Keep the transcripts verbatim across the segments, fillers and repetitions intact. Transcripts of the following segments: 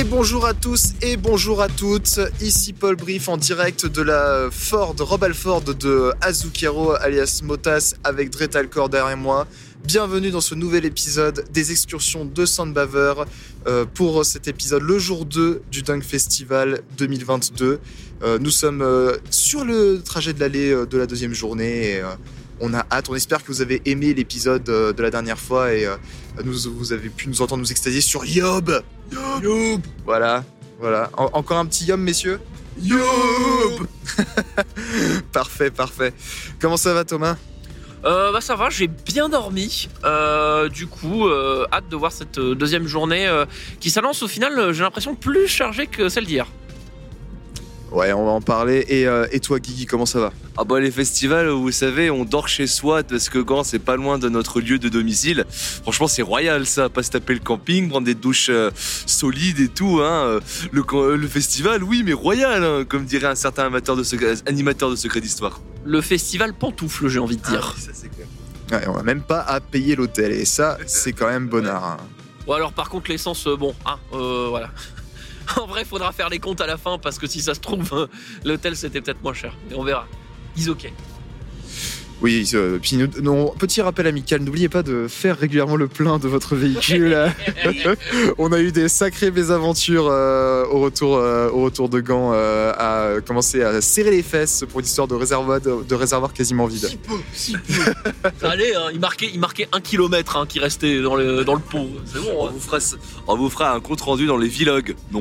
bonjour à tous et bonjour à toutes, ici Paul Brief en direct de la Ford, Rob Alford de Azucero alias Motas avec Dretalcore derrière moi. Bienvenue dans ce nouvel épisode des excursions de Sandbaver euh, pour cet épisode, le jour deux du Dunk Festival deux mille vingt-deux. Euh, nous sommes euh, sur le trajet de l'allée euh, de la deuxième journée et euh, on a hâte, on espère que vous avez aimé l'épisode euh, de la dernière fois et euh, nous, vous avez pu nous entendre nous extasier sur Yob. Yob, Yob. Voilà, voilà. En- encore un petit Yom, messieurs. Yob. Parfait, parfait. Comment ça va, Thomas ? Euh, bah ça va, j'ai bien dormi. Euh, du coup, euh, hâte de voir cette deuxième journée euh, qui s'annonce au final, euh, j'ai l'impression, plus chargée que celle d'hier. Ouais, on va en parler. Et, euh, et toi, Guigui, comment ça va ? Ah bah les festivals, vous savez, on dort chez soi parce que Gand c'est pas loin de notre lieu de domicile. Franchement c'est royal ça, pas se taper le camping, prendre des douches euh, solides et tout. Hein. Le, le festival, oui mais royal, hein, comme dirait un certain amateur de secret, animateur de secret d'histoire. Le festival pantoufle, j'ai envie de dire. Ah, oui, ça c'est clair. Ouais, on n'a même pas à payer l'hôtel et ça, c'est quand même bonnard. Hein. Ou alors par contre l'essence, euh, bon, hein, euh, voilà. En vrai, faudra faire les comptes à la fin parce que si ça se trouve, euh, l'hôtel c'était peut-être moins cher. Mais on verra. Is ok. Oui, euh, puis nous, non, petit rappel amical, n'oubliez pas de faire régulièrement le plein de votre véhicule. On a eu des sacrées mésaventures euh, au, retour, euh, au retour de Gand, euh, à commencer à serrer les fesses pour une histoire de réservoir, de, de réservoir quasiment vide. Si peu, si peu. Ça allait, hein, il, marquait, il marquait un kilomètre hein, qui restait dans le, dans le pot. C'est bon. On hein. vous fera, on vous fera un compte rendu dans les vlogs. Non.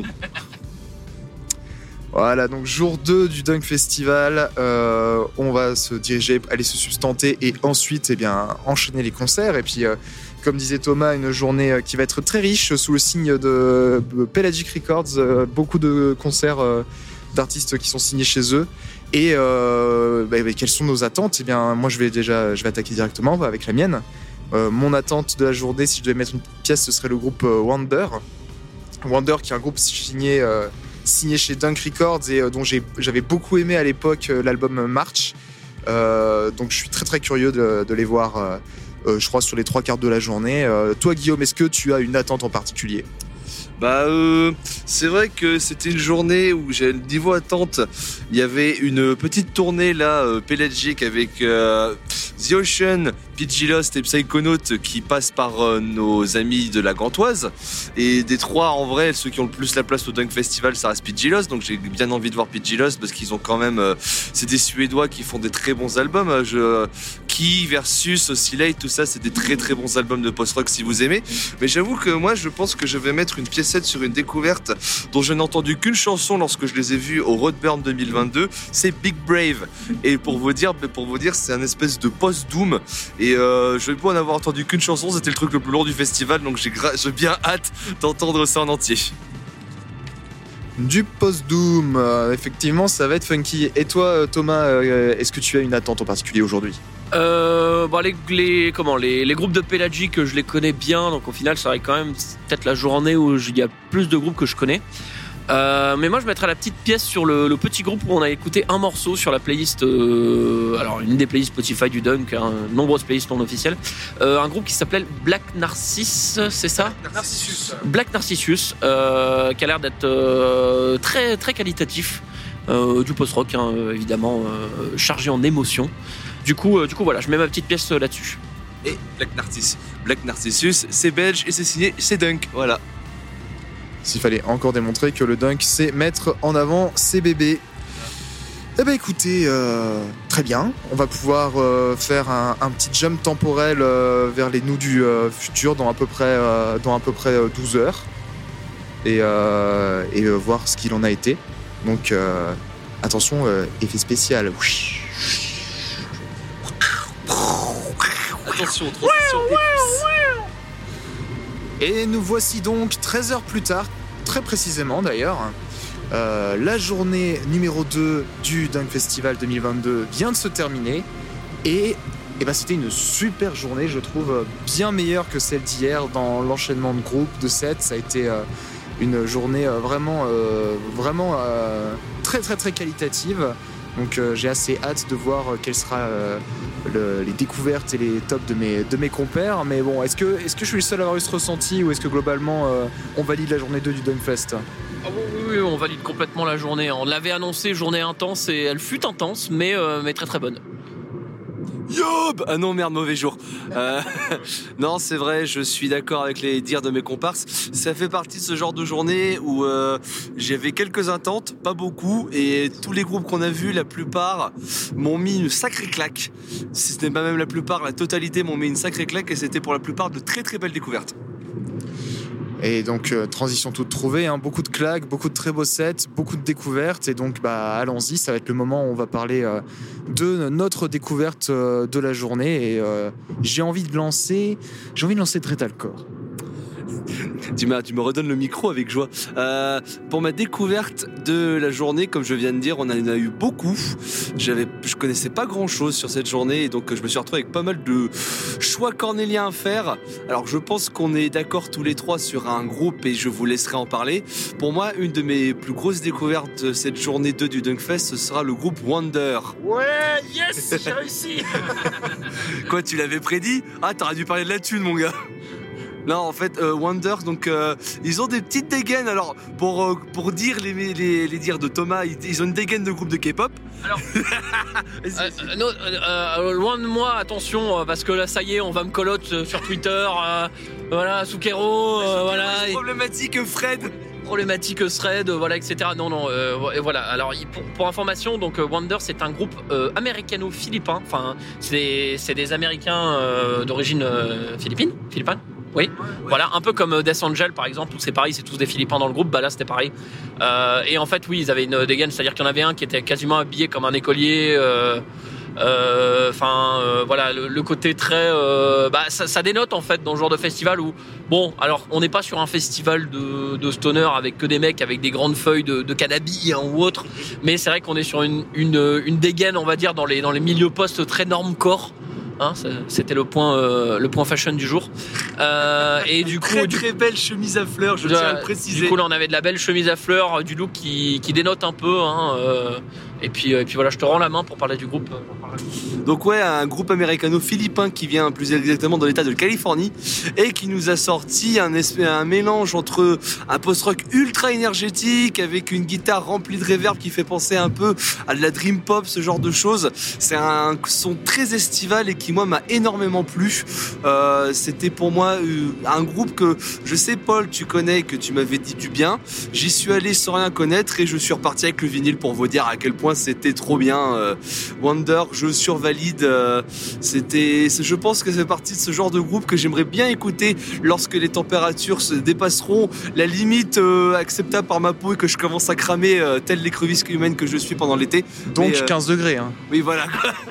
Voilà, donc jour deux du Dunk Festival, euh, on va se diriger, aller se substanter et ensuite eh bien, enchaîner les concerts. Et puis, euh, comme disait Thomas, une journée qui va être très riche sous le signe de Pelagic Records, euh, beaucoup de concerts euh, d'artistes qui sont signés chez eux. Et euh, bah, bah, quelles sont nos attentes ? Eh bien, moi, je vais déjà je vais attaquer directement avec la mienne. Euh, mon attente de la journée, si je devais mettre une pièce, ce serait le groupe euh, Wonder. Wonder, qui est un groupe signé... Euh, signé chez Dunk Records et euh, dont j'ai, j'avais beaucoup aimé à l'époque euh, l'album March. Euh, donc je suis très très curieux de, de les voir, euh, euh, je crois, sur les trois quarts de la journée. Euh, toi, Guillaume, est-ce que tu as une attente en particulier ? Bah euh, c'est vrai que c'était une journée où j'ai le niveau attente. Il y avait une petite tournée là, euh, Pelagic avec euh, The Ocean, P G Lost et Psychonaut qui passent par euh, nos amis de la Gantoise. Et des trois, en vrai, ceux qui ont le plus la place au Dunk Festival, ça reste P G Lost. Donc j'ai bien envie de voir P G Lost parce qu'ils ont quand même, euh, c'est des Suédois qui font des très bons albums. Euh, je, Key versus Oscillate, tout ça, c'est des très très bons albums de post-rock si vous aimez. Mais j'avoue que moi, je pense que je vais mettre une piécette sur une découverte dont je n'ai entendu qu'une chanson lorsque je les ai vus au Roadburn deux mille vingt-deux, c'est Big Brave. Et pour vous dire, pour vous dire, c'est un espèce de post-doom. Et euh, je vais pas en avoir entendu qu'une chanson, c'était le truc le plus long du festival, donc j'ai, gra- j'ai bien hâte d'entendre ça en entier. Du post-doom, euh, effectivement, ça va être funky. Et toi, Thomas, euh, est-ce que tu as une attente en particulier aujourd'hui ? Euh, bah les, les, comment, les, les groupes de Pelagic, je les connais bien, donc au final, ça serait quand même peut-être la journée où il y a plus de groupes que je connais. Euh, mais moi, je mettrais la petite pièce sur le, le petit groupe où on a écouté un morceau sur la playlist, euh, alors une des playlists Spotify du Dunk, hein, nombreuses playlists non officielles, euh, un groupe qui s'appelle Black Narcissus, c'est ça ? Narcissus. Black Narcissus, euh, qui a l'air d'être euh, très très qualitatif, euh, du post-rock, hein, évidemment, euh, chargé en émotions. Du coup, euh, du coup, voilà, je mets ma petite pièce euh, là-dessus. Et Black Narcissus. Black Narcissus, c'est belge et c'est signé chez Dunk. Voilà. S'il fallait encore démontrer que le Dunk, c'est mettre en avant ses bébés. Eh ben écoutez, euh, très bien. On va pouvoir euh, faire un, un petit jump temporel euh, vers les nous du euh, futur dans à peu près, euh, dans à peu près euh, douze heures. Et, euh, et euh, voir ce qu'il en a été. Donc, euh, attention, euh, effet spécial. Attention, transition. Et nous voici donc treize heures plus tard, très précisément d'ailleurs. Euh, la journée numéro deux du Dunk Festival deux mille vingt-deux vient de se terminer. Et, et ben c'était une super journée, je trouve, bien meilleure que celle d'hier dans l'enchaînement de groupes, de sets. Ça a été euh, une journée euh, vraiment, euh, vraiment euh, très très très qualitative. Donc euh, j'ai assez hâte de voir euh, quelle sera euh, le, les découvertes et les tops de mes, de mes compères. Mais bon, est-ce que, est-ce que je suis le seul à avoir eu ce ressenti ou est-ce que globalement euh, on valide la journée deux du Dunkfest? Ah oui, oui, oui, on valide complètement la journée. On l'avait annoncé, journée intense, et elle fut intense, mais, euh, mais très très bonne. Yob! Ah non, merde, mauvais jour. Euh, non, c'est vrai, je suis d'accord avec les dires de mes comparses. Ça fait partie de ce genre de journée où euh, j'avais quelques attentes, pas beaucoup, et tous les groupes qu'on a vus, la plupart m'ont mis une sacrée claque. Si ce n'est pas même la plupart, la totalité m'ont mis une sacrée claque, et c'était pour la plupart de très très belles découvertes. Et donc, euh, transition toute trouvée, hein, beaucoup de claques, beaucoup de très beaux sets, beaucoup de découvertes. Et donc, bah, allons-y, ça va être le moment où on va parler euh, de notre découverte euh, de la journée. Et euh, j'ai envie de lancer, j'ai envie de lancer Dretalcore. Tu, m'as, tu me redonnes le micro avec joie. Euh, pour ma découverte de la journée, comme je viens de dire, on en a eu beaucoup. J'avais, je connaissais pas grand chose sur cette journée et donc je me suis retrouvé avec pas mal de choix cornéliens à faire. Alors je pense qu'on est d'accord tous les trois sur un groupe et je vous laisserai en parler. Pour moi, une de mes plus grosses découvertes de cette journée deux du Dunkfest, ce sera le groupe Wonder. Ouais, yes, j'ai réussi. Quoi, tu l'avais prédit? Ah, t'aurais dû parler de la thune, mon gars. Non, en fait, euh, Wonder, donc euh, ils ont des petites dégaines. Alors, pour euh, pour dire les, les les dires de Thomas, ils, ils ont une dégaine de groupe de K-pop. Alors, euh, euh, non, euh, loin de moi, attention, parce que là, ça y est, on va me colotte sur Twitter. Euh, voilà, Sukero, euh, voilà. Problématique Fred. Problématique thread, voilà, et cetera. Non, non, euh, et voilà. Alors, pour, pour information, donc Wonder, c'est un groupe euh, américano-philippin. Enfin, c'est c'est des Américains euh, d'origine euh, philippine, philippine. Oui, voilà, un peu comme Death Angel par exemple, où c'est pareil, c'est tous des Philippins dans le groupe, bah là c'était pareil. Euh, et en fait, oui, ils avaient une dégaine, c'est-à-dire qu'il y en avait un qui était quasiment habillé comme un écolier. Enfin, euh, euh, voilà, le, le côté très. Euh, bah, ça, ça dénote en fait dans ce genre de festival où, bon, alors on n'est pas sur un festival de, de stoner avec que des mecs avec des grandes feuilles de, de cannabis hein, ou autre, mais c'est vrai qu'on est sur une, une, une dégaine, on va dire, dans les, dans les milieux post très normcore. Hein, c'était le point, euh, le point fashion du jour. Euh, et du coup, très du, très belle chemise à fleurs, je de, tiens à le préciser. Du coup, là, on avait de la belle chemise à fleurs, du look qui, qui dénote un peu. Hein, euh, et puis, et puis voilà, je te rends la main pour parler du groupe. Donc ouais, un groupe américano-philippin qui vient plus exactement de l'état de Californie et qui nous a sorti un, un mélange entre un post-rock ultra énergétique avec une guitare remplie de reverb qui fait penser un peu à de la dream pop, ce genre de choses. C'est un son très estival et qui moi m'a énormément plu. Euh, c'était pour moi euh, un groupe que je sais Paul, tu connais, que tu m'avais dit du bien. J'y suis allé sans rien connaître et je suis reparti avec le vinyle pour vous dire à quel point c'était trop bien. Euh, Wonder, je survalide. Euh, c'était, je pense que c'est partie de ce genre de groupe que j'aimerais bien écouter lorsque les températures se dépasseront la limite euh, acceptable par ma peau et que je commence à cramer euh, telle l'écrevisse humaine que je suis pendant l'été. Donc Mais, euh, quinze degrés. Hein. Oui, voilà.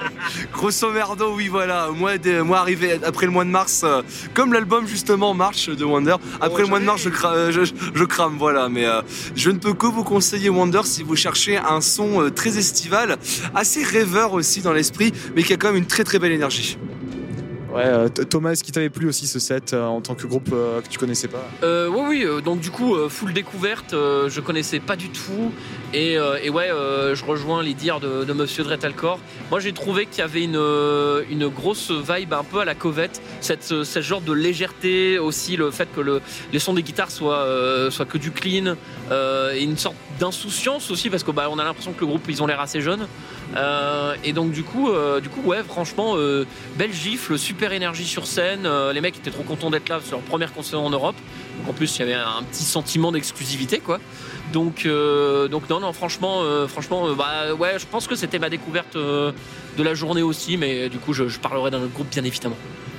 Grosso merdo, oui, voilà. Moi, de, moi arrivé après le mois de mars, euh, comme l'album justement March de Wonder, après oh, le mois de mars, je, cra- je, je crame, voilà. Mais euh, je ne peux que vous conseiller Wonder si vous cherchez un son euh, très estival, assez rêveur aussi dans l'esprit, mais qui a quand même une très très belle énergie. Ouais, euh, Thomas, est-ce qu'il t'avait plu aussi ce set euh, en tant que groupe euh, que tu connaissais pas? euh, Oui, oui. Euh, donc du coup, euh, full découverte, euh, je connaissais pas du tout. Et, euh, et ouais, euh, je rejoins les dires de, de Monsieur Dretalcore. Moi, j'ai trouvé qu'il y avait une, une grosse vibe un peu à la Covette, cette, ce genre de légèreté aussi, le fait que le, les sons des guitares soient, euh, soient que du clean, euh, et une sorte d'insouciance aussi, parce que bah, on a l'impression que le groupe, ils ont l'air assez jeunes. Euh, et donc du coup, euh, du coup, ouais, franchement, euh, belle gifle, super énergie sur scène. Euh, les mecs étaient trop contents d'être là sur leur première concert en Europe. Donc en plus, il y avait un petit sentiment d'exclusivité, quoi. Donc, euh, donc non, non, franchement, euh, franchement, euh, bah ouais, je pense que c'était ma découverte euh, de la journée aussi, mais du coup, je, je parlerai d'un autre groupe, bien évidemment.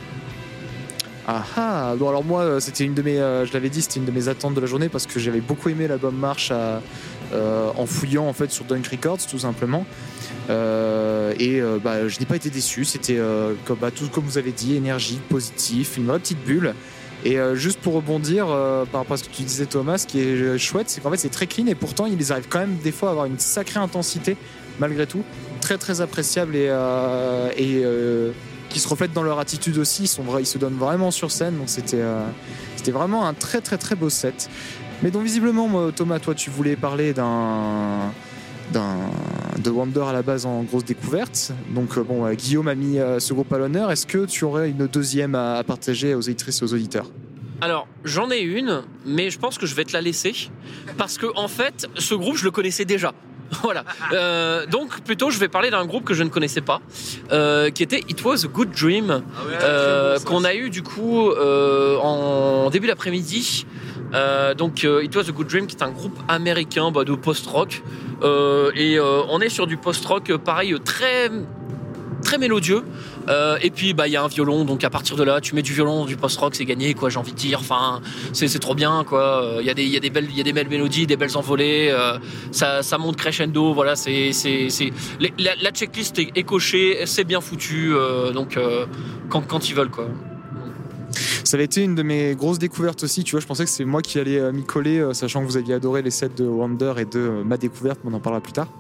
Ah ah. Bon alors moi, c'était une de mes, euh, je l'avais dit, c'était une de mes attentes de la journée parce que j'avais beaucoup aimé l'album March à, euh, en fouillant en fait sur Dunk Records tout simplement. Euh, et euh, bah, je n'ai pas été déçu. C'était euh, comme, bah, tout comme vous avez dit, énergique, positif, une vraie petite bulle. Et euh, juste pour rebondir euh, par rapport à ce que tu disais Thomas, ce qui est chouette, c'est qu'en fait c'est très clean et pourtant ils arrivent quand même des fois à avoir une sacrée intensité malgré tout, très très appréciable et, euh, et euh, qui se reflète dans leur attitude aussi. Ils, sont vra- ils se donnent vraiment sur scène, donc c'était, euh, c'était vraiment un très très très beau set. Mais donc visiblement, moi, Thomas, toi tu voulais parler d'un, d'un, de Wonder à la base en grosse découverte. Donc euh, bon, euh, Guillaume a mis euh, ce groupe à l'honneur. Est-ce que tu aurais une deuxième à, à partager aux auditrices et aux auditeurs? Alors, j'en ai une, mais je pense que je vais te la laisser. Parce que, en fait, ce groupe, je le connaissais déjà. Voilà. Euh, donc, plutôt, je vais parler d'un groupe que je ne connaissais pas, euh, qui était It Was a Good Dream, Ah ouais, euh, ça, qu'on a eu, du coup, euh, en début d'après-midi. Euh, donc, euh, It Was a Good Dream, qui est un groupe américain bah, de post-rock. Euh, et euh, on est sur du post-rock, euh, pareil, très... très mélodieux, euh, et puis bah il y a un violon, donc à partir de là tu mets du violon, du post-rock, c'est gagné quoi, j'ai envie de dire. Enfin c'est c'est trop bien quoi. Il y a des il y a des belles il y a des belles mélodies, des belles envolées, euh, ça ça monte crescendo, voilà, c'est c'est c'est les, la, la checklist est, est cochée, c'est bien foutu, euh, donc euh, quand quand ils veulent quoi. Ça avait été une de mes grosses découvertes aussi, tu vois, je pensais que c'est moi qui allais euh, m'y coller, euh, sachant que vous aviez adoré les sets de Wonder et de euh, ma découverte, mais on en parlera plus tard.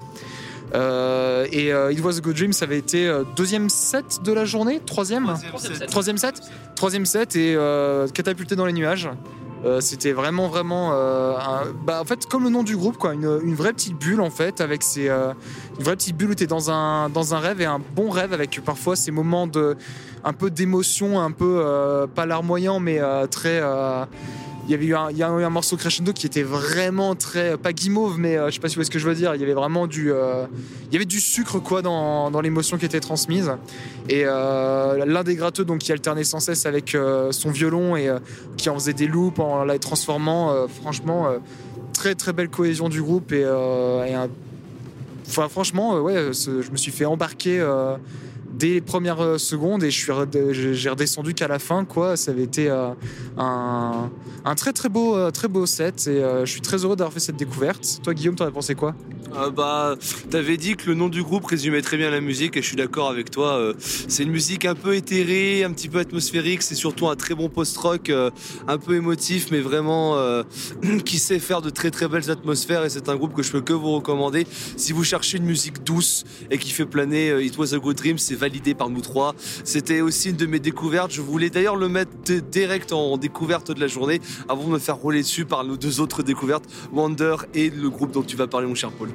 Euh, et euh, It Was a Good Dream, ça avait été euh, deuxième set de la journée, troisième, Troisième set. troisième set, troisième set et euh, catapulté dans les nuages. Euh, c'était vraiment vraiment euh, un, bah en fait comme le nom du groupe quoi, une, une vraie petite bulle en fait avec ces euh, une vraie petite bulle où t'es dans un dans un rêve, et un bon rêve avec parfois ces moments de un peu d'émotion, un peu euh, pas larmoyant mais euh, très euh, il y avait eu un, il y a eu un morceau crescendo qui était vraiment très, pas guimauve, mais euh, je sais pas si vous voyez ce que je veux dire. Il y avait vraiment du, euh, il y avait du sucre quoi dans, dans l'émotion qui était transmise. Et euh, l'un des gratteux donc qui alternait sans cesse avec euh, son violon et euh, qui en faisait des loops en la transformant. Euh, franchement, euh, très très belle cohésion du groupe et, euh, et un, enfin franchement, euh, ouais, ce, je me suis fait embarquer. Euh, dès les premières secondes et je suis redé- j'ai redescendu qu'à la fin quoi. Ça avait été euh, un, un très très beau euh, très beau set et euh, je suis très heureux d'avoir fait cette découverte. Toi Guillaume, t'en as pensé quoi? Euh, bah, t'avais dit que le nom du groupe résumait très bien la musique et je suis d'accord avec toi. Euh, c'est une musique un peu éthérée, un petit peu atmosphérique. C'est surtout un très bon post-rock, euh, un peu émotif, mais vraiment euh, qui sait faire de très très belles atmosphères. Et c'est un groupe que je peux que vous recommander si vous cherchez une musique douce et qui fait planer. euh, It Was a Good Dream, c'est validé par nous trois. C'était aussi une de mes découvertes. Je voulais d'ailleurs le mettre d- direct en découverte de la journée avant de me faire rouler dessus par nos deux autres découvertes, Wonder et le groupe dont tu vas parler, mon cher Paul.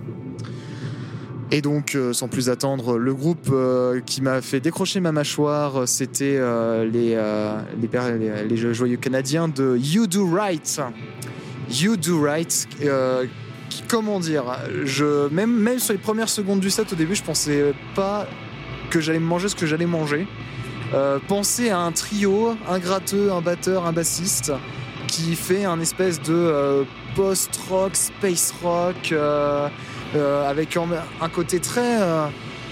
Et donc, euh, sans plus attendre, le groupe euh, qui m'a fait décrocher ma mâchoire, c'était euh, les, euh, les, per- les, les joyeux Canadiens de You Do Right. You Do Right, euh, qui, comment dire, je, même, même sur les premières secondes du set, au début, je pensais pas que j'allais me manger ce que j'allais manger. Euh, pensez à un trio, un gratteux, un batteur, un bassiste, qui fait un espèce de euh, post-rock, space rock, euh, euh, avec un, un côté très, euh,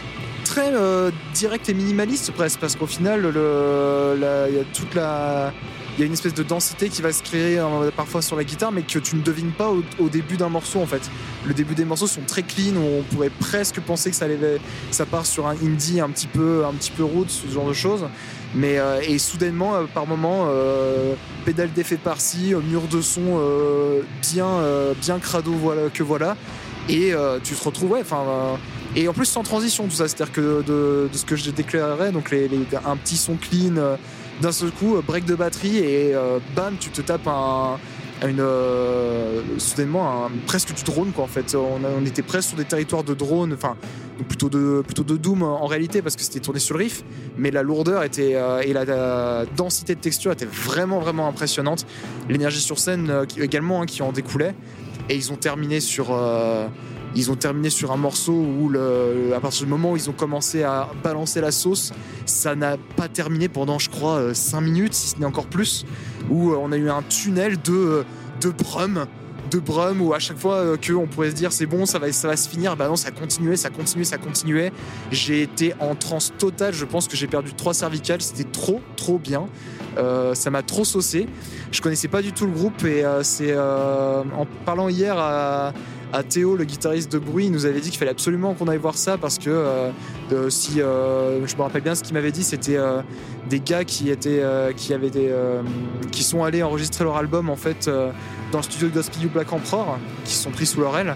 très euh, direct et minimaliste presque, parce qu'au final, le, la, y a toute la, il y a une espèce de densité qui va se créer euh, parfois sur la guitare, mais que tu ne devines pas au, au début d'un morceau en fait. Le début des morceaux sont très clean, on pourrait presque penser que ça, allait, ça part sur un indie un petit peu, un petit peu roots, ce genre de choses. Mais euh, et soudainement, euh, par moment, euh, pédale d'effet par-ci, euh, mur de son euh, bien, euh, bien crado, voilà que voilà. Et euh, tu te retrouves, ouais, enfin. Euh, et en plus sans transition, tout ça, c'est-à-dire que de, de ce que je déclarerais, donc les, les, un petit son clean, euh, d'un seul coup, euh, break de batterie et euh, bam, tu te tapes un. Une, euh, soudainement un, presque du drone quoi en fait. On, a, on était presque sur des territoires de drone, enfin plutôt de plutôt de Doom en réalité parce que c'était tourné sur le riff, mais la lourdeur était euh, et la, la densité de texture était vraiment vraiment impressionnante. L'énergie sur scène euh, également hein, qui en découlait, et ils ont terminé sur euh, ils ont terminé sur un morceau où le, à partir du moment où ils ont commencé à balancer la sauce, ça n'a pas terminé pendant je crois cinq minutes si ce n'est encore plus, où on a eu un tunnel de, de brume, de brume, où à chaque fois euh, qu'on pourrait se dire c'est bon, ça va, ça va se finir, bah non, ça continuait, ça continuait, ça continuait. J'ai été en transe totale, je pense que j'ai perdu trois cervicales, c'était trop, trop bien. Euh, ça m'a trop saucé. Je connaissais pas du tout le groupe et euh, c'est euh, en parlant hier à, à Théo, le guitariste de Bruit, il nous avait dit qu'il fallait absolument qu'on aille voir ça parce que euh, euh, si euh, je me rappelle bien ce qu'il m'avait dit, c'était euh, des gars qui étaient euh, qui avaient des euh, qui sont allés enregistrer leur album en fait euh, dans le studio de Godspeed You Black Emperor, qui se sont pris sous leur aile.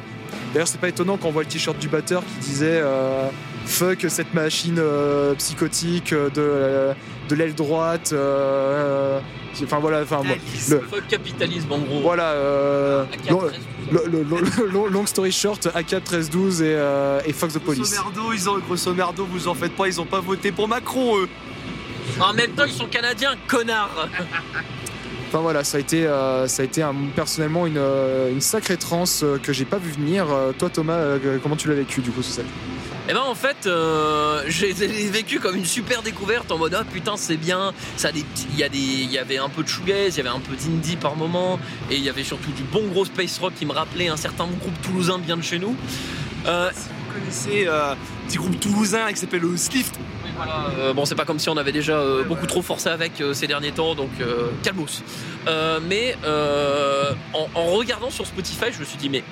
D'ailleurs, c'est pas étonnant quand on voit le t-shirt du batteur qui disait euh, fuck cette machine euh, psychotique de, euh, de l'aile droite. Euh, Enfin voilà, enfin bon, le fuck capitalisme en gros. Voilà. Euh, long, long, long, long, long story short, A quatre treize douze et, euh, et fuck the police. Grosso merdo, ils ont grosso merdo, vous en faites pas, ils ont pas voté pour Macron eux. En même temps, ils sont canadiens, connards. Enfin voilà, ça a été, euh, ça a été un, personnellement une, euh, une sacrée transe euh, que j'ai pas vu venir. Euh, toi Thomas, euh, comment tu l'as vécu du coup ce set? Eh ben en fait, euh, j'ai vécu comme une super découverte en mode ah putain c'est bien. Ça a des, il y a des, il y avait un peu de shoegaze, il y avait un peu d'indie par moment, et il y avait surtout du bon gros space rock qui me rappelait un certain groupe toulousain bien de chez nous. Euh, si vous connaissez euh, un petit groupe toulousain qui s'appelle le Slift. Oui, voilà. euh, bon c'est pas comme si on avait déjà euh, beaucoup trop forcé avec euh, ces derniers temps, donc euh, calmos. Euh, mais euh, en, en regardant sur Spotify, je me suis dit mais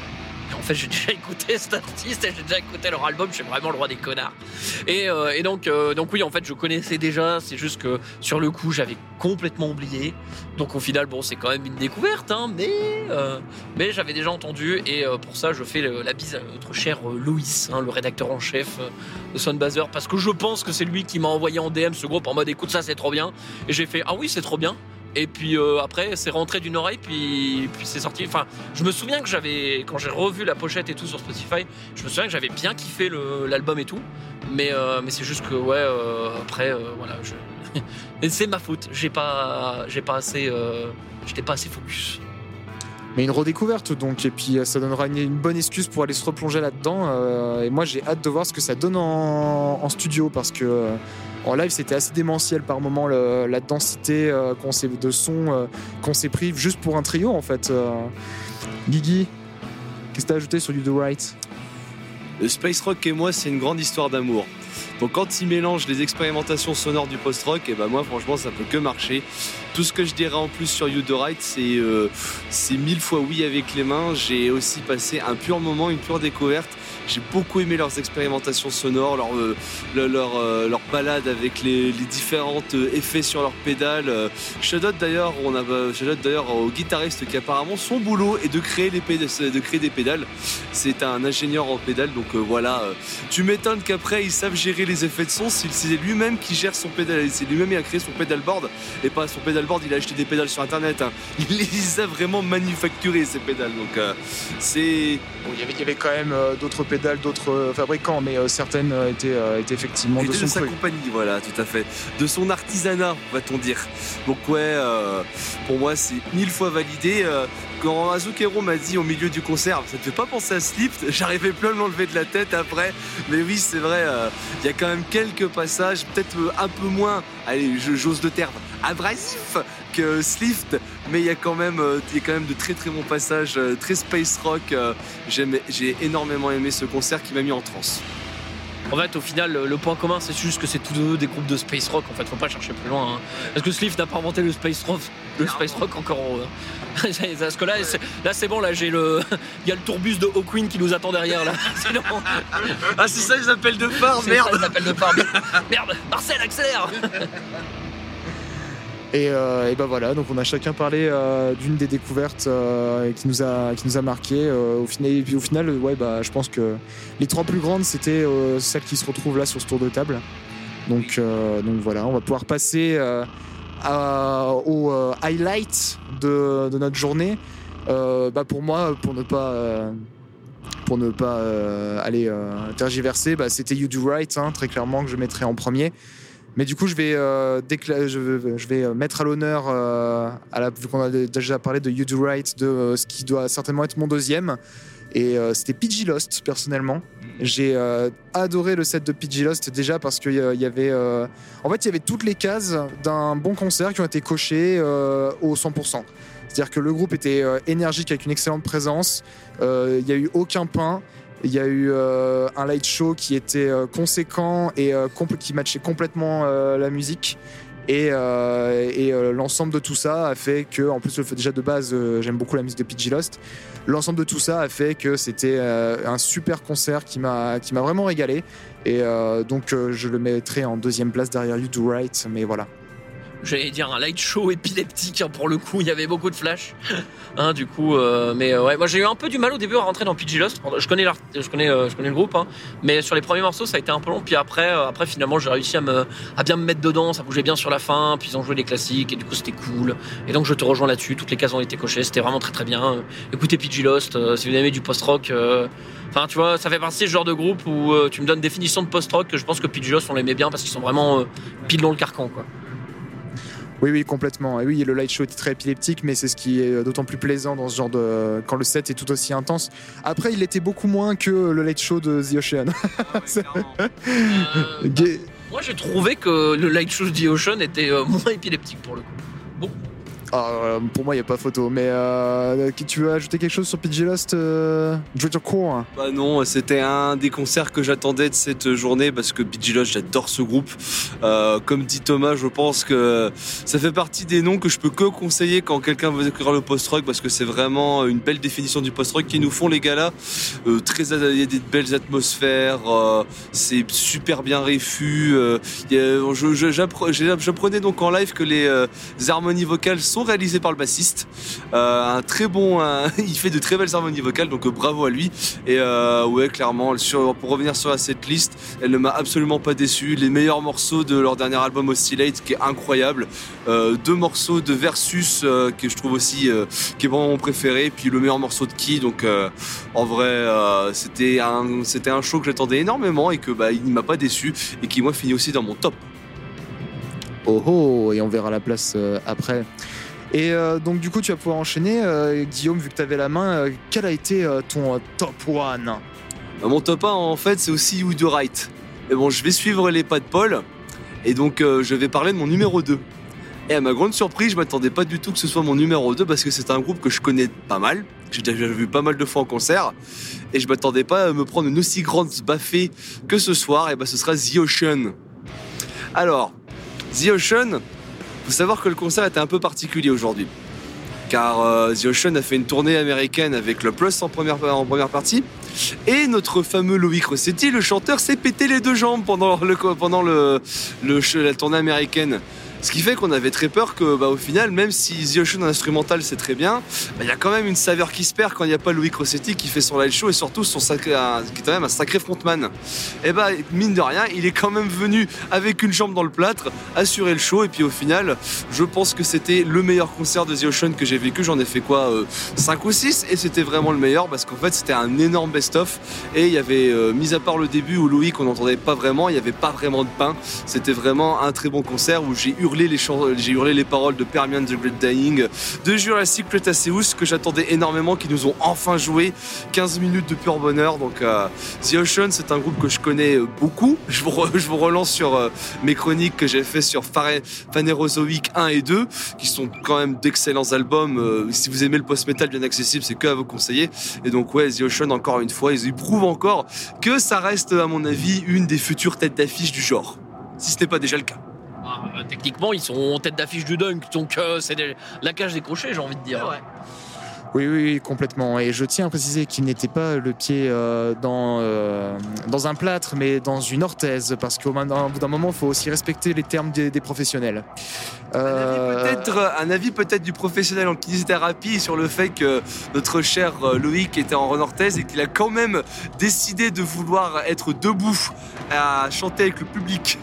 en fait, j'ai déjà écouté cet artiste et j'ai déjà écouté leur album. Je suis vraiment le roi des connards. Et, euh, et donc, euh, donc oui, en fait, je connaissais déjà. C'est juste que sur le coup, j'avais complètement oublié. Donc au final, bon, c'est quand même une découverte, hein, mais euh, mais j'avais déjà entendu. Et euh, pour ça, je fais le, la bise à notre cher euh, Loïs, hein, le rédacteur en chef euh, de Soundbazer, parce que je pense que c'est lui qui m'a envoyé en D M ce groupe en mode écoute ça, c'est trop bien. Et j'ai fait ah oui, c'est trop bien. Et puis euh, après, c'est rentré d'une oreille, puis, puis c'est sorti. Enfin, je me souviens que j'avais, quand j'ai revu la pochette et tout sur Spotify, je me souviens que j'avais bien kiffé le, l'album et tout. Mais, euh, mais c'est juste que, ouais, euh, après, euh, voilà, je... et c'est ma faute. J'ai pas, j'ai pas assez, euh, j'étais pas assez focus. Mais une redécouverte donc, et puis ça donnera une, une bonne excuse pour aller se replonger là-dedans. Euh, et moi, j'ai hâte de voir ce que ça donne en, en studio parce que. Euh, En live, c'était assez démentiel par moment, le, la densité euh, qu'on s'est, de son euh, qu'on s'est pris juste pour un trio en fait. Euh, Guigui, qu'est-ce que t'as ajouté sur You Do Right? Le space rock et moi, c'est une grande histoire d'amour. Donc quand il mélange les expérimentations sonores du post-rock, et ben moi franchement ça peut que marcher. Tout ce que je dirais en plus sur You Do Right, c'est, euh, c'est mille fois oui avec les mains. J'ai aussi passé un pur moment, une pure découverte. J'ai beaucoup aimé leurs expérimentations sonores, leur, euh, leur, leur, euh, leur balade avec les, les différents euh, effets sur leurs pédales. Euh, shout out d'ailleurs, on a euh, shout out d'ailleurs au guitariste qui apparemment son boulot est de créer, les pédales, de créer des pédales. C'est un ingénieur en pédales, donc euh, voilà. Euh, tu m'étonnes qu'après ils savent gérer les effets de son. C'est lui-même qui gère son pédale, c'est lui-même qui a créé son pedalboard et pas son pedalboard. Il a acheté des pédales sur internet. Hein. Il les a vraiment manufacturées ces pédales, donc euh, c'est. Bon, il y avait, il y avait quand même euh, d'autres pédales, d'autres euh, fabricants, mais euh, certaines euh, étaient, euh, étaient effectivement de, de son de sa truc. compagnie, voilà, tout à fait, de son artisanat, va-t-on dire. Donc ouais, euh, pour moi c'est mille fois validé. Euh, quand Azukero m'a dit au milieu du concert, ça te fait pas penser à Slift, j'arrivais plus à m'enlever de la tête après. Mais oui, c'est vrai, il euh, y a quand même quelques passages, peut-être euh, un peu moins, allez, j'ose le terme, abrasif que Slift, mais il y a quand même, euh, y a quand même de très très bons passages, euh, très space rock. Euh, j'aime, j'ai énormément aimé ce concert qui m'a mis en transe. En fait, au final, le point commun, c'est juste que c'est tous deux des groupes de space rock. En fait, faut pas chercher plus loin. Hein. Parce que Slift n'a pas inventé le space rock, le space rock encore. Hein. Parce que là, c'est, là, c'est bon. Là, j'ai le, il y a le tourbus de Hawkwind qui nous attend derrière là. Sinon... Ah, c'est ça les appels de phare, c'est merde. Ça, les appels de phare. Merde, Marcel, accélère. Et, euh, et ben voilà, donc on a chacun parlé euh, d'une des découvertes euh, qui nous a qui nous a marqué. Euh, au final, et puis au final, ouais, bah, je pense que les trois plus grandes, c'était euh, celles qui se retrouvent là sur ce tour de table. Donc euh, donc voilà, on va pouvoir passer euh, à, au euh, highlight de, de notre journée. Euh, bah pour moi, pour ne pas euh, pour ne pas euh, aller euh, tergiverser, bah, c'était You Do Right, hein, très clairement que je mettrais en premier. Mais du coup, je vais, euh, décla- je vais, je vais mettre à l'honneur, euh, à la, vu qu'on a déjà parlé de You Do Right, de euh, ce qui doit certainement être mon deuxième. Et euh, c'était P G Lost, personnellement. J'ai euh, adoré le set de P G Lost, déjà parce qu'il euh, y avait... Euh, en fait, il y avait toutes les cases d'un bon concert qui ont été cochées euh, au cent pour cent. C'est-à-dire que le groupe était euh, énergique, avec une excellente présence. Euh, il n'y a eu aucun pain. Il y a eu euh, un light show qui était euh, conséquent et euh, compl- qui matchait complètement euh, la musique. Et, euh, et euh, l'ensemble de tout ça a fait que, en plus, le fait déjà de base, euh, j'aime beaucoup la musique de P G Lost. L'ensemble de tout ça a fait que c'était euh, un super concert qui m'a, qui m'a vraiment régalé. Et euh, donc, euh, je le mettrai en deuxième place derrière You Do Right. Mais voilà. j'allais dire un light show épileptique, hein, pour le coup, il y avait beaucoup de flash. Hein, du coup, euh, mais euh, ouais, moi j'ai eu un peu du mal au début à rentrer dans P G Lost. Je connais, je connais, euh, je connais le groupe, hein, mais sur les premiers morceaux, ça a été un peu long. Puis après, euh, après finalement, j'ai réussi à me, à bien me mettre dedans. Ça bougeait bien sur la fin. Puis ils ont joué des classiques et du coup, c'était cool. Et donc, je te rejoins là-dessus. Toutes les cases ont été cochées. C'était vraiment très très bien. Écoutez P G Lost, euh, si vous aimez du post-rock. Euh, Enfin, tu vois, ça fait partie de ce genre de groupe où euh, tu me donnes définition de post-rock que je pense que P G Lost, on l'aimait bien parce qu'ils sont vraiment euh, pile dans le carcan, quoi. Oui, oui, complètement. Et oui, le light show était très épileptique, mais c'est ce qui est d'autant plus plaisant dans ce genre de. Quand le set est tout aussi intense. Après, il était beaucoup moins que le light show de The Ocean. Ah ouais, euh, bah, moi, j'ai trouvé que le light show de The Ocean était euh, moins épileptique pour le coup. Bon. Ah, pour moi, il n'y a pas photo. Mais euh, tu veux ajouter quelque chose sur P G Lost, euh, Dreader Core? Bah non, c'était un des concerts que j'attendais de cette journée parce que P G Lost, j'adore ce groupe. Euh, comme dit Thomas, je pense que ça fait partie des noms que je peux que conseiller quand quelqu'un veut découvrir le post-rock parce que c'est vraiment une belle définition du post-rock qui nous font les gars là. Euh, très, il y a des belles atmosphères, euh, c'est super bien réfu. Euh, y a, je, je, j'apprenais donc en live que les, euh, les harmonies vocales sont réalisées par le bassiste. Euh, un très bon, un, il fait de très belles harmonies vocales, donc euh, bravo à lui. Et euh, ouais, clairement, sur, pour revenir sur la setlist, elle ne m'a absolument pas déçu. Les meilleurs morceaux de leur dernier album Oscillate, qui est incroyable. Euh, deux morceaux de Versus euh, que je trouve aussi euh, qui est vraiment mon préféré. Puis le meilleur morceau de Key. Donc euh, en vrai, euh, c'était un, c'était un show que j'attendais énormément et que bah il ne m'a pas déçu et qui moi finit aussi dans mon top. Oh oh, et on verra la place euh, après. Et euh, donc du coup tu vas pouvoir enchaîner, euh, Guillaume, vu que tu avais la main, euh, quel a été euh, ton euh, top one? Bah, mon top un en fait c'est aussi You Do Right. Mais bon, je vais suivre les pas de Paul et donc euh, je vais parler de mon numéro deux. Et à ma grande surprise, je m'attendais pas du tout que ce soit mon numéro deux parce que c'est un groupe que je connais pas mal, que j'ai déjà vu pas mal de fois en concert et je m'attendais pas à me prendre une aussi grande baffée que ce soir. Et bah ce sera The Ocean. Alors, The Ocean, faut savoir que le concert était un peu particulier aujourd'hui. Car euh, The Ocean a fait une tournée américaine avec le Plus en première, en première partie. Et notre fameux Loïc Rossetti, le chanteur, s'est pété les deux jambes pendant, le, pendant le, le, la tournée américaine. Ce qui fait qu'on avait très peur que, bah, au final, même si The Ocean en instrumental c'est très bien, il bah, y a quand même une saveur qui se perd quand il n'y a pas Loïc Rossetti qui fait son live show et surtout son sacré, un, qui est quand même un sacré frontman. Et bah, mine de rien, il est quand même venu avec une jambe dans le plâtre, assurer le show et puis au final, je pense que c'était le meilleur concert de The Ocean que j'ai vécu. J'en ai fait quoi, euh, cinq ou six et c'était vraiment le meilleur parce qu'en fait c'était un énorme best-of et il y avait, euh, mis à part le début où Loïc on n'entendait pas vraiment, il n'y avait pas vraiment de pain. C'était vraiment un très bon concert où j'ai hurlé Les chants, j'ai hurlé les paroles de Permian the Great Dying, de Jurassic Cretaceous que j'attendais énormément, qui nous ont enfin joué quinze minutes de pur bonheur. Donc euh, The Ocean, c'est un groupe que je connais beaucoup. Je vous, re, je vous relance sur euh, mes chroniques que j'ai fait sur Phanerozoic un et deux, qui sont quand même d'excellents albums. Euh, si vous aimez le post-metal bien accessible, c'est que à vous conseiller. Et donc ouais, The Ocean, encore une fois, ils prouvent encore que ça reste, à mon avis, une des futures têtes d'affiche du genre, si ce n'est pas déjà le cas. Euh, techniquement, ils sont en tête d'affiche du dunk, donc euh, c'est des... la cage décrochée, j'ai envie de dire. Ouais. Oui, oui, oui, complètement. Et je tiens à préciser qu'il n'était pas le pied euh, dans, euh, dans un plâtre, mais dans une orthèse, parce qu'au bout d'un moment, il faut aussi respecter les termes des, des professionnels. Euh... Un, avis peut-être, un avis peut-être du professionnel en kinésithérapie sur le fait que notre cher Loïc était en orthèse et qu'il a quand même décidé de vouloir être debout à chanter avec le public.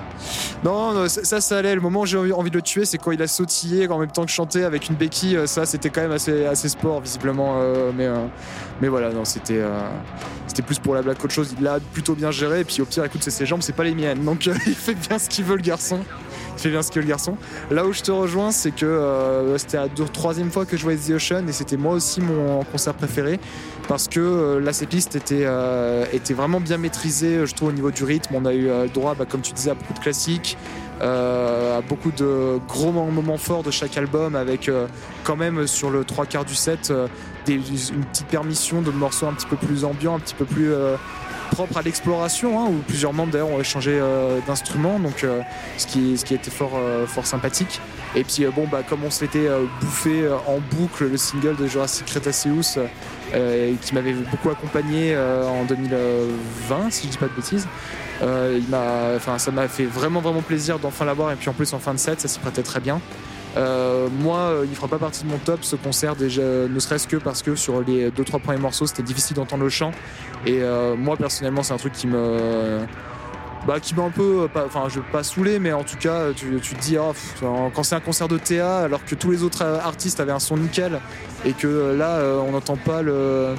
Non, non, ça, ça allait. Le moment où j'ai envie de le tuer, c'est quand il a sautillé en même temps que chanter avec une béquille. Ça, c'était quand même assez, assez sport, visiblement. Euh, mais, euh, mais voilà, non, c'était, euh, c'était plus pour la blague qu'autre chose. Il l'a plutôt bien géré. Et puis au pire, écoute, c'est ses jambes, c'est pas les miennes. Donc euh, il fait bien ce qu'il veut, le garçon. Il fait bien ce que le garçon. Là où je te rejoins, c'est que euh, c'était la deux, troisième fois que je voyais The Ocean et c'était moi aussi mon concert préféré parce que euh, la setlist était, euh, était vraiment bien maîtrisée, je trouve, au niveau du rythme. On a eu euh, droit, bah, comme tu disais, à beaucoup de classiques, euh, à beaucoup de gros moments forts de chaque album avec euh, quand même sur le trois quarts du set euh, des, une petite permission de morceaux un petit peu plus ambiants, un petit peu plus... Euh, propre à l'exploration, hein, où plusieurs membres d'ailleurs ont échangé euh, d'instruments, donc euh, ce qui ce qui était fort euh, fort sympathique. Et puis bon bah comme on s'était euh, bouffé euh, en boucle le single de Jurassic Cretaceous euh, qui m'avait beaucoup accompagné euh, en deux mille vingt si je dis pas de bêtises, euh, il m'a, enfin ça m'a fait vraiment vraiment plaisir d'enfin l'avoir, et puis en plus en fin de set ça s'y prêtait très bien. Euh, moi euh, il fera pas partie de mon top ce concert, déjà ne serait-ce que parce que sur les deux trois premiers morceaux c'était difficile d'entendre le chant, et euh, moi personnellement c'est un truc qui me Bah, qui m'a un peu, enfin je vais pas saoulé, mais en tout cas tu, tu te dis oh, pff, quand c'est un concert de Théa alors que tous les autres artistes avaient un son nickel et que là euh, on n'entend pas le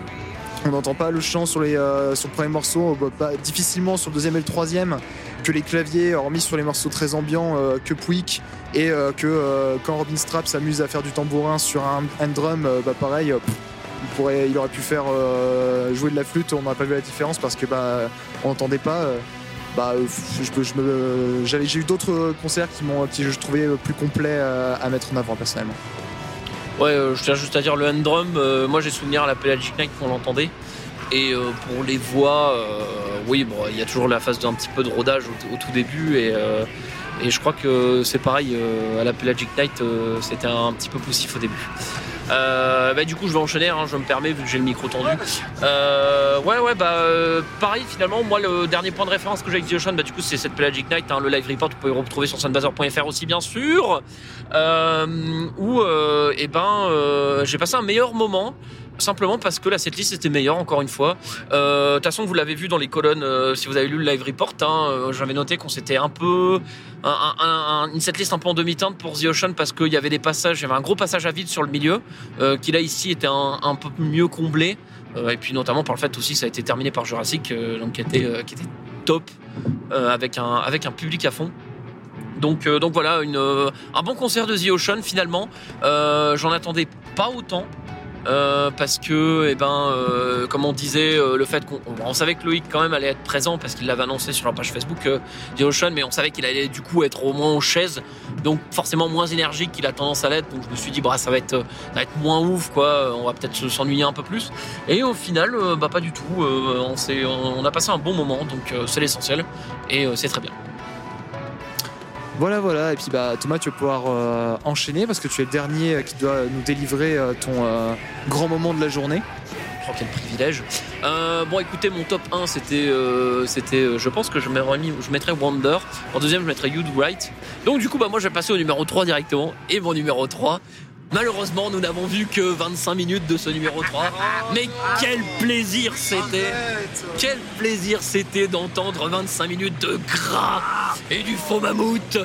on n'entend pas le chant sur les euh, sur le premier morceau, bah, bah, difficilement sur le deuxième et le troisième, que les claviers hormis sur les morceaux très ambiants euh, que Pouic, et euh, que euh, quand Robin Strapp s'amuse à faire du tambourin sur un hand drum, euh, bah pareil euh, il pourrait, il aurait pu faire euh, jouer de la flûte, on n'aurait pas vu la différence parce que bah on n'entendait pas. Euh, Bah, je, je me, j'avais, j'ai eu d'autres concerts qui m'ont, qui je trouvais plus complets à, à mettre en avant personnellement. Ouais, euh, je tiens juste à dire le hand drum. Euh, moi, j'ai souvenir à la Pelagic Night qu'on l'entendait. Et euh, pour les voix, euh, oui, bon, il y a toujours la phase d'un petit peu de rodage au, au tout début, et, euh, et je crois que c'est pareil euh, à la Pelagic Night, euh, c'était un petit peu poussif au début. Euh, bah, du coup je vais enchaîner, hein, je me permets vu que j'ai le micro tendu. Euh, ouais ouais bah euh, pareil finalement, moi le dernier point de référence que j'ai avec The Ocean, bah du coup c'est cette Pelagic Night, hein, le live report vous pouvez le retrouver sur soundbazer point f r aussi bien sûr, euh, où euh, et ben euh, j'ai passé un meilleur moment. Simplement parce que la setlist était meilleure, encore une fois. Euh, de toute façon, vous l'avez vu dans les colonnes, euh, si vous avez lu le live report, hein, euh, j'avais noté qu'on s'était un peu... Un, un, un, une setlist un peu en demi-teinte pour The Ocean, parce qu'il y avait des passages, il y avait un gros passage à vide sur le milieu, euh, qui là, ici, était un, un peu mieux comblé. Euh, et puis notamment par le fait aussi, ça a été terminé par Jurassic, euh, donc qui était, euh, qui était top, euh, avec, un, avec un public à fond. Donc, euh, donc voilà, une, euh, un bon concert de The Ocean, finalement. Euh, j'en attendais pas autant. Euh, parce que, eh ben, euh, comme on disait, euh, le fait qu'on on savait que Loïc quand même allait être présent parce qu'il l'avait annoncé sur la page Facebook euh, The Ocean, mais on savait qu'il allait du coup être au moins aux chaises, donc forcément moins énergique qu'il a tendance à l'être. Donc je me suis dit, bah ça va être, ça va être moins ouf, quoi. On va peut-être s'ennuyer un peu plus. Et au final, euh, bah pas du tout. Euh, on s'est, on a passé un bon moment, donc euh, c'est l'essentiel et euh, c'est très bien. Voilà, voilà. Et puis bah Thomas, tu vas pouvoir euh, enchaîner parce que tu es le dernier qui doit nous délivrer euh, ton euh, grand moment de la journée. Oh, quel privilège. Euh, bon, écoutez, mon top un, c'était, euh, c'était, euh, je pense que je, mis, je mettrais Wonder. En deuxième, je mettrais You Do Right. Donc du coup, bah moi, je vais passer au numéro trois directement. Et mon numéro trois, malheureusement, nous n'avons vu que vingt-cinq minutes de ce numéro trois. Mais quel plaisir c'était! Quel plaisir c'était d'entendre vingt-cinq minutes de gras et du faux mammouth,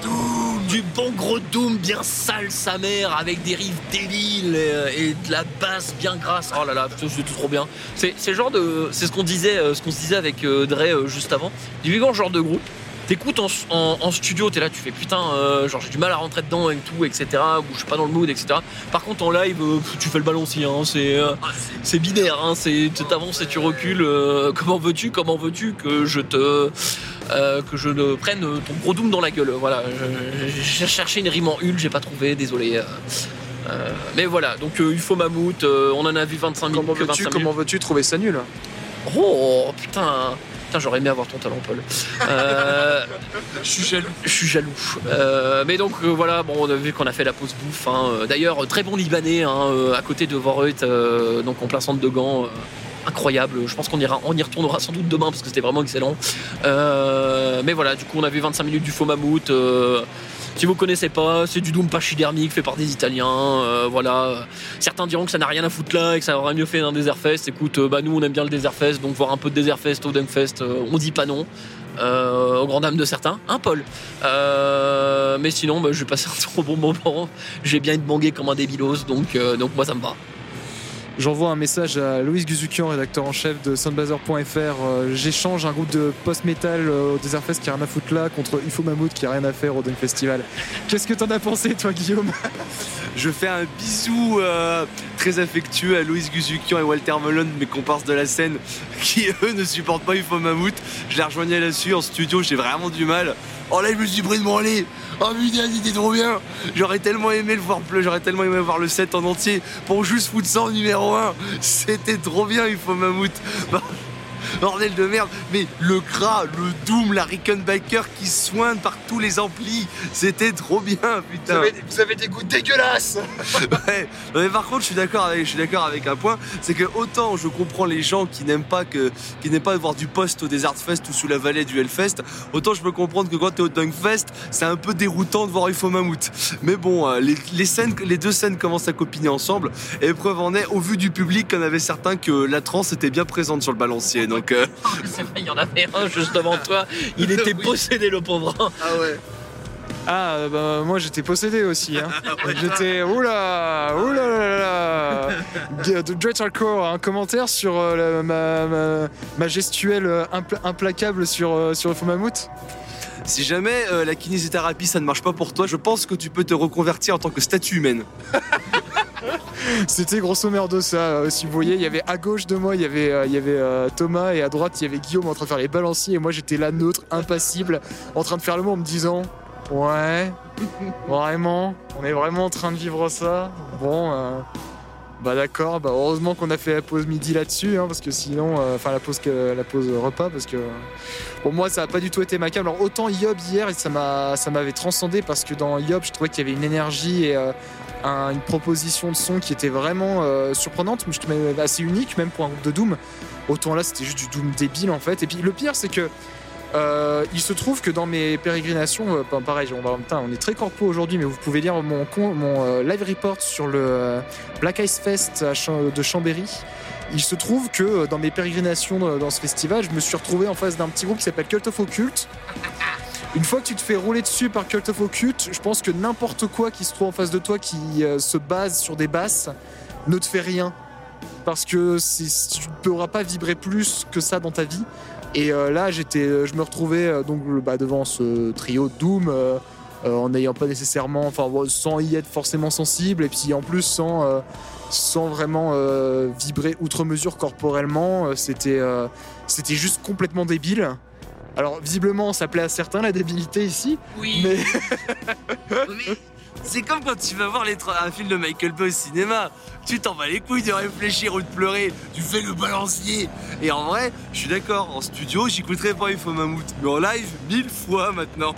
du bon gros doom bien sale sa mère, avec des riffs débiles et, et de la basse bien grasse. Oh là là, c'est tout trop bien. C'est, c'est le genre de, c'est ce qu'on disait, ce qu'on se disait avec Dre juste avant. Du vivant genre de groupe. T'écoutes en, en, en studio, t'es là, tu fais putain, euh, genre j'ai du mal à rentrer dedans et tout, et cetera. Ou je suis pas dans le mood, et cetera. Par contre en live, euh, tu fais le balancier, hein, c'est, euh, c'est binaire, hein, c'est, tu t'avances et tu recules. Euh, comment veux-tu, comment veux-tu que je te, euh, que je ne prenne ton gros doom dans la gueule. Voilà, j'ai cherché une rime en hul, j'ai pas trouvé, désolé. Euh, euh, mais voilà, donc euh, U F O Mammouth, euh, on en a vu vingt-cinq minutes. Comment veux-tu, comment veux-tu trouver ça nul? Oh putain. Putain, j'aurais aimé avoir ton talent, Paul. Euh, je suis jaloux. Je suis jaloux. Euh, mais donc euh, voilà, bon, on a vu qu'on a fait la pause bouffe. Hein. D'ailleurs, très bon Libanais, hein, à côté de Vorreut, euh, donc en plein centre de Gand. Euh, incroyable. Je pense qu'on ira, on y retournera sans doute demain parce que c'était vraiment excellent. Euh, mais voilà, du coup, on a vu vingt-cinq minutes du faux mammouth. Euh, Si vous connaissez pas, c'est du doom pachydermique fait par des Italiens. Euh, voilà. Certains diront que ça n'a rien à foutre là et que ça aurait mieux fait d'un Desert Fest. Écoute, euh, bah nous on aime bien le Desert Fest, donc voir un peu de Desert Fest au Dunkfest, euh, on dit pas non. Euh, au grand dam de certains, hein Paul. Euh, mais sinon, bah, je vais passer un trop bon moment. J'ai bien été bangé comme un débilos, donc donc euh, moi ça me va. J'envoie un message à Loïs Guzukian, rédacteur en chef de soundbazer point f r. Euh, j'échange un groupe de post-metal euh, au Desert Fest qui a rien à foutre là contre U F O Mammouth qui a rien à faire au Dunk Festival. Qu'est-ce que t'en as pensé, toi, Guillaume? Je fais un bisou euh, très affectueux à Loïs Guzukian et Walter Melon, mes comparses de la scène, qui eux ne supportent pas U F O Mammouth. Je les rejoignais là-dessus en studio, j'ai vraiment du mal. Oh là, je me suis pris de branler. Oh putain, c'était trop bien. J'aurais tellement aimé le voir pleurer, j'aurais tellement aimé voir le set en entier pour juste foutre ça en numéro un. C'était trop bien, U F O Mammouth. bordel de merde. Mais le gras, le Doom, la Rickenbacker qui soigne par tous les amplis, c'était trop bien, putain. Vous avez, vous avez des goûts dégueulasses. Ouais, mais par contre, je suis d'accord avec, je suis d'accord avec un point, c'est que autant je comprends les gens qui n'aiment pas que, qui n'aiment pas voir du post au Desert Fest ou sous la vallée du Hellfest, autant je peux comprendre que quand t'es au Dunkfest, c'est un peu déroutant de voir U F O Mammouth. Mais bon, les, les scènes, les deux scènes commencent à copiner ensemble, et preuve en est, au vu du public, qu'il y en avait certains que la transe était bien présente sur le balancier, donc. Euh... C'est vrai, il y en avait un juste devant toi, il était oui. possédé le pauvre. Ah ouais. Ah bah moi j'étais possédé aussi hein. J'étais oula oula là là. De Dread Hardcore, un commentaire sur euh, ma, ma, ma gestuelle impl- implacable sur, euh, sur U F O Mammouth. Si jamais euh, la kinésithérapie ça ne marche pas pour toi, je pense que tu peux te reconvertir en tant que statue humaine. C'était grosso merdo ça, euh, si vous voyez, il y avait à gauche de moi, il y avait, euh, il y avait euh, Thomas, et à droite il y avait Guillaume en train de faire les balanciers, et moi j'étais là neutre, impassible, en train de faire le mot en me disant ouais, vraiment, on est vraiment en train de vivre ça. Bon, euh, bah d'accord, bah heureusement qu'on a fait la pause midi là-dessus, hein, parce que sinon, enfin euh, la pause la pause repas, parce que pour moi ça a pas du tout été ma cam. Alors autant Yob hier, ça m'a ça m'avait transcendé parce que dans Yob, je trouvais qu'il y avait une énergie et euh, un, une proposition de son qui était vraiment euh, surprenante, mais je trouvais assez unique même pour un groupe de Doom. Autant là, c'était juste du Doom débile en fait. Et puis le pire, c'est que Euh, il se trouve que dans mes pérégrinations, euh, pareil, on, va, putain, on est très corpo aujourd'hui, mais vous pouvez lire mon, mon euh, live report sur le euh, Black Ice Fest à Ch- de Chambéry. Il se trouve que euh, dans mes pérégrinations dans, dans ce festival, je me suis retrouvé en face d'un petit groupe qui s'appelle Cult of Occult. Une fois que tu te fais rouler dessus par Cult of Occult, je pense que n'importe quoi qui se trouve en face de toi qui euh, se base sur des basses ne te fait rien. Parce que c'est, tu ne pourras pas vibrer plus que ça dans ta vie. Et euh, là, j'étais, je me retrouvais euh, donc bah, devant ce trio Doom, euh, euh, en n'ayant pas nécessairement, enfin, sans y être forcément sensible, et puis en plus sans, euh, sans vraiment euh, vibrer outre mesure corporellement. Euh, c'était, euh, c'était juste complètement débile. Alors visiblement, ça plaît à certains la débilité ici. Oui. Mais mais c'est comme quand tu vas voir les tra- un film de Michael Bay au cinéma. Tu t'en bats les couilles de réfléchir ou de pleurer. Tu fais le balancier. Et en vrai, je suis d'accord. En studio, j'écouterais pas U F O Mammouth. Mais en live, mille fois maintenant.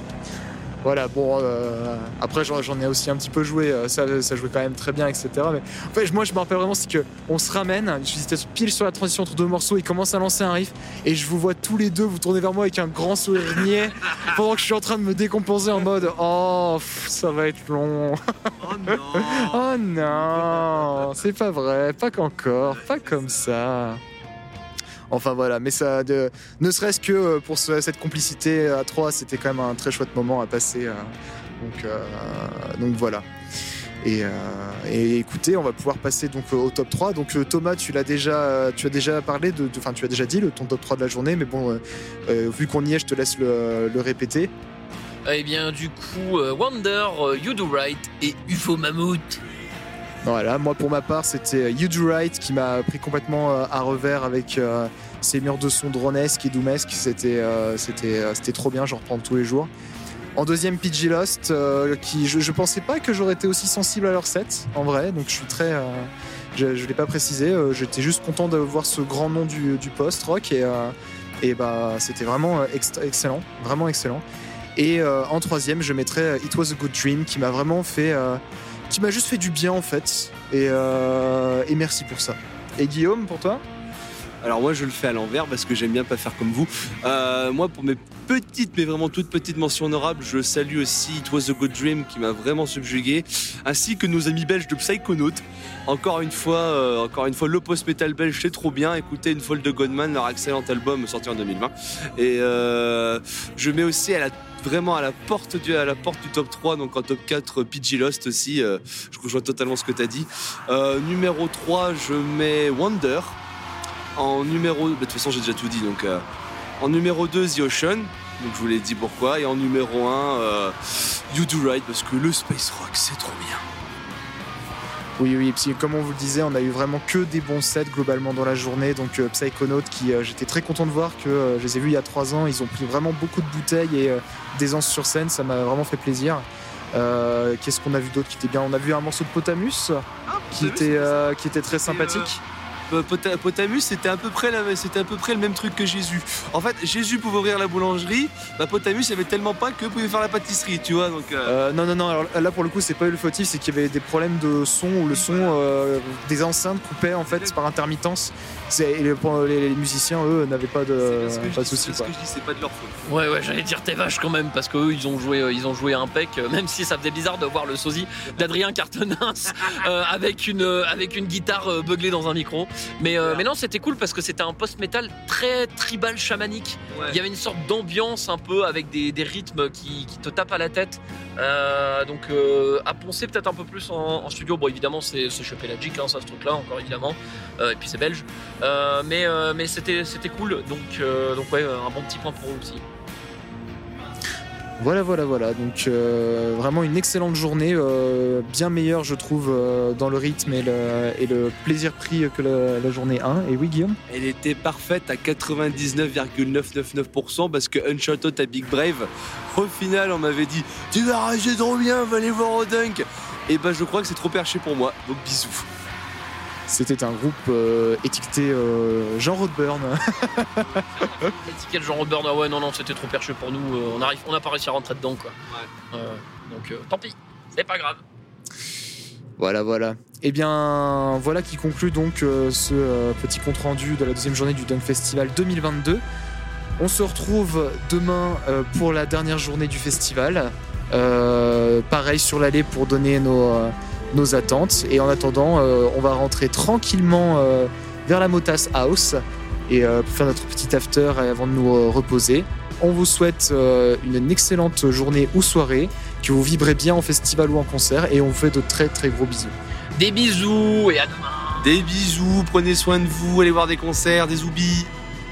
Voilà, bon, euh, après j'en, j'en ai aussi un petit peu joué, ça, ça jouait quand même très bien, et cetera. Mais en fait, moi je me rappelle vraiment, c'est qu'on se ramène, j'étais pile sur la transition entre deux morceaux, il commence à lancer un riff, et je vous vois tous les deux vous tourner vers moi avec un grand sourire niais, pendant que je suis en train de me décomposer en mode oh, pff, ça va être long. Oh non. Oh non, c'est pas vrai, pas qu'encore, pas comme ça. Enfin voilà, mais ça, de, ne serait-ce que pour ce, cette complicité à trois, c'était quand même un très chouette moment à passer. Euh, donc, euh, donc voilà. Et, euh, et écoutez, on va pouvoir passer donc au top trois. Donc Thomas, tu l'as déjà, tu as déjà parlé de, enfin tu as déjà dit le ton top trois de la journée, mais bon, euh, euh, vu qu'on y est, je te laisse le, le répéter. Eh bien, du coup, euh, Wonder, euh, You Do Right et U F O Mammouth. Voilà, moi pour ma part, c'était You Do Right qui m'a pris complètement euh, à revers avec euh, ses murs de son dronesques et doomesques. C'était, euh, c'était, euh, c'était trop bien, j'en reprends tous les jours. En deuxième, P G Lost, euh, qui je, je pensais pas que j'aurais été aussi sensible à leur set, en vrai, donc je suis très. Euh, je, je l'ai pas précisé, euh, j'étais juste content de voir ce grand nom du, du post-rock et, euh, et bah, c'était vraiment extra- excellent, vraiment excellent. Et euh, en troisième, je mettrais It Was a Good Dream qui m'a vraiment fait. Euh, qui m'a juste fait du bien en fait et, euh, et merci pour ça. Et Guillaume, pour toi? Alors moi je le fais à l'envers parce que j'aime bien pas faire comme vous. Euh, moi pour mes petites mais vraiment toutes petites mentions honorables, je salue aussi It Was a Good Dream qui m'a vraiment subjugué, ainsi que nos amis belges de Psychonaut. Encore une fois, euh, encore une fois le post-metal belge c'est trop bien. Écoutez Une Folle de Godman, leur excellent album sorti en deux mille vingt. Et euh, je mets aussi à la vraiment à la porte du, à la porte du top trois, donc en top quatre, P G Lost aussi, euh, je rejoins totalement ce que tu as dit. Euh, numéro trois, je mets Wonder. En numéro... Bah, de toute façon, j'ai déjà tout dit, donc... Euh, en numéro deux, The Ocean, donc je vous l'ai dit pourquoi. Et en numéro un, euh, You Do Right, parce que le space rock, c'est trop bien. Oui, oui, puis comme on vous le disait, on a eu vraiment que des bons sets globalement dans la journée. Donc euh, Psychonaut, qui euh, j'étais très content de voir que euh, je les ai vus il y a trois ans. Ils ont pris vraiment beaucoup de bouteilles et euh, d'aisance sur scène. Ça m'a vraiment fait plaisir. Euh, qu'est-ce qu'on a vu d'autre qui était bien? On a vu un morceau de Potamus, Ah, qui, était, euh, qui était très sympathique. Pota- Potamus, c'était à peu près la- c'était à peu près le même truc que Jésus. En fait, Jésus pouvait ouvrir la boulangerie, bah Potamus il avait tellement pas que pouvait faire la pâtisserie, tu vois. Donc euh, Euh, non, non, non, alors là pour le coup, c'est pas eu le fautif, c'est qu'il y avait des problèmes de son où le son euh, des enceintes coupait en fait par intermittence. C'est- Et les, pour les- les musiciens, eux, n'avaient pas de, c'est bien ce que je pas de dis, soucis. c'est ce quoi. que je dis, c'est pas de leur faute. Ouais, ouais, j'allais dire t'es vache quand même, parce qu'eux, ils ont joué, euh, ils ont joué impec, euh, même si ça faisait bizarre de voir le sosie d'Adrien Cartonins euh, avec, une, euh, avec une guitare euh, beuglée dans un micro. Mais, euh, mais non, c'était cool parce que c'était un post-metal très tribal chamanique. Ouais. Il y avait une sorte d'ambiance un peu avec des, des rythmes qui, qui te tapent à la tête. Euh, donc euh, à poncer peut-être un peu plus en, en studio. Bon, évidemment, c'est c'est chez Pelagic, hein, ça, ce truc-là, encore évidemment. Euh, et puis c'est belge. Euh, mais euh, mais c'était c'était cool. Donc, euh, donc ouais, un bon petit point pour eux aussi. Voilà, voilà, voilà. Donc euh, vraiment une excellente journée, euh, bien meilleure je trouve euh, dans le rythme et le, et le plaisir pris que la, la journée un. Et oui Guillaume? Elle était parfaite à quatre-vingt-dix-neuf virgule neuf cent quatre-vingt-dix-neuf pour cent parce que Unshotted à Big Brave, au final on m'avait dit tu vas rager trop bien, va aller voir au dunk. Et ben je crois que c'est trop perché pour moi, donc bisous. C'était un groupe euh, étiqueté euh, Jean Rodburn. L'étiquette genre Robert, ah ouais, non, non, c'était trop perché pour nous. euh, on arrive, on n'a pas réussi à rentrer dedans, quoi. Ouais. Euh, donc euh, tant pis, c'est pas grave. Voilà, voilà. Et bien, voilà qui conclut donc euh, ce euh, petit compte-rendu de la deuxième journée du Dunk Festival deux mille vingt-deux. On se retrouve demain euh, pour la dernière journée du festival. Euh, pareil sur l'allée pour donner nos, euh, nos attentes. Et en attendant, euh, on va rentrer tranquillement euh, vers la Motas House et euh, pour faire notre petit after avant de nous euh, reposer. On vous souhaite euh, une excellente journée ou soirée, que vous vibrez bien en festival ou en concert, et on vous fait de très très gros bisous. Des bisous et à demain. Des bisous, prenez soin de vous, allez voir des concerts, des oublis.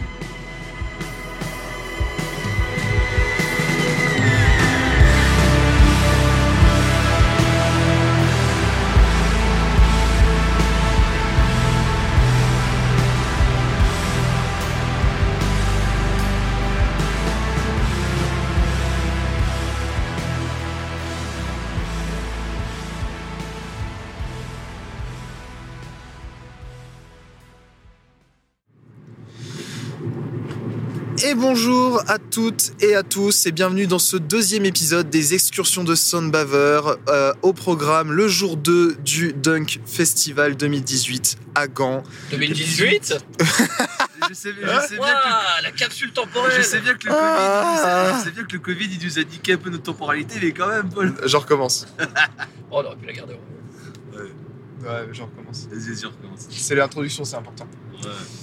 Et bonjour à toutes et à tous et bienvenue dans ce deuxième épisode des excursions de Soundbaver, euh, au programme le jour deux du Dunk Festival deux mille dix-huit à Gand. deux mille dix-huit. Je sais, je sais bien Ouah, la capsule que, temporelle. je sais bien que le Covid, Ah. je sais bien que le Covid il nous a niqué un peu notre temporalité, mais quand même, Paul. Je recommence. Oh, on aurait pu la garder. Ouais, Ouais, je recommence. vas-y, vas-y, on recommence. C'est l'introduction, c'est important. Ouais.